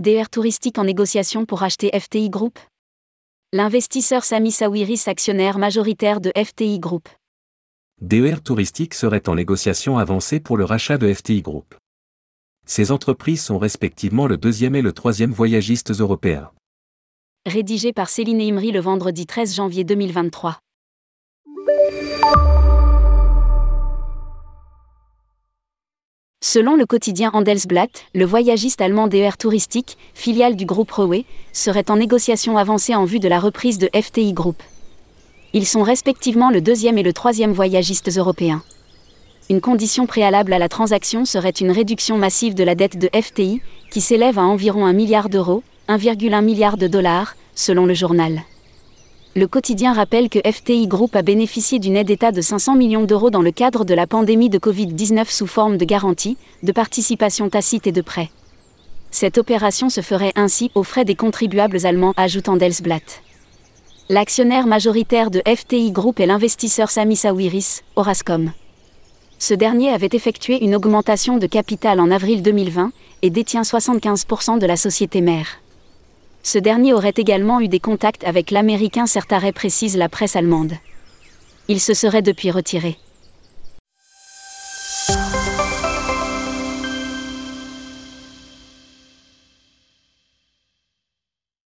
DR Touristique en négociation pour acheter FTI Group. L'investisseur Sami Sawiris, actionnaire majoritaire de FTI Group. DR Touristique serait en négociation avancée pour le rachat de FTI Group. Ces entreprises sont respectivement le deuxième et le troisième voyagistes européens. Rédigé par Céline Imri le vendredi 13 janvier 2023. Selon le quotidien Handelsblatt, le voyagiste allemand DR Touristique, filiale du groupe REWE, serait en négociation avancée en vue de la reprise de FTI Group. Ils sont respectivement le deuxième et le troisième voyagistes européens. Une condition préalable à la transaction serait une réduction massive de la dette de FTI, qui s'élève à environ 1 milliard d'euros, 1,1 milliard de dollars, selon le journal. Le quotidien rappelle que FTI Group a bénéficié d'une aide d'État de 500 millions d'euros dans le cadre de la pandémie de Covid-19 sous forme de garantie, de participation tacite et de prêt. Cette opération se ferait ainsi aux frais des contribuables allemands, ajoute Handelsblatt. L'actionnaire majoritaire de FTI Group est l'investisseur Sami Sawiris, Orascom. Ce dernier avait effectué une augmentation de capital en avril 2020 et détient 75% de la société mère. Ce dernier aurait également eu des contacts avec l'américain Certares, précise la presse allemande. Il se serait depuis retiré.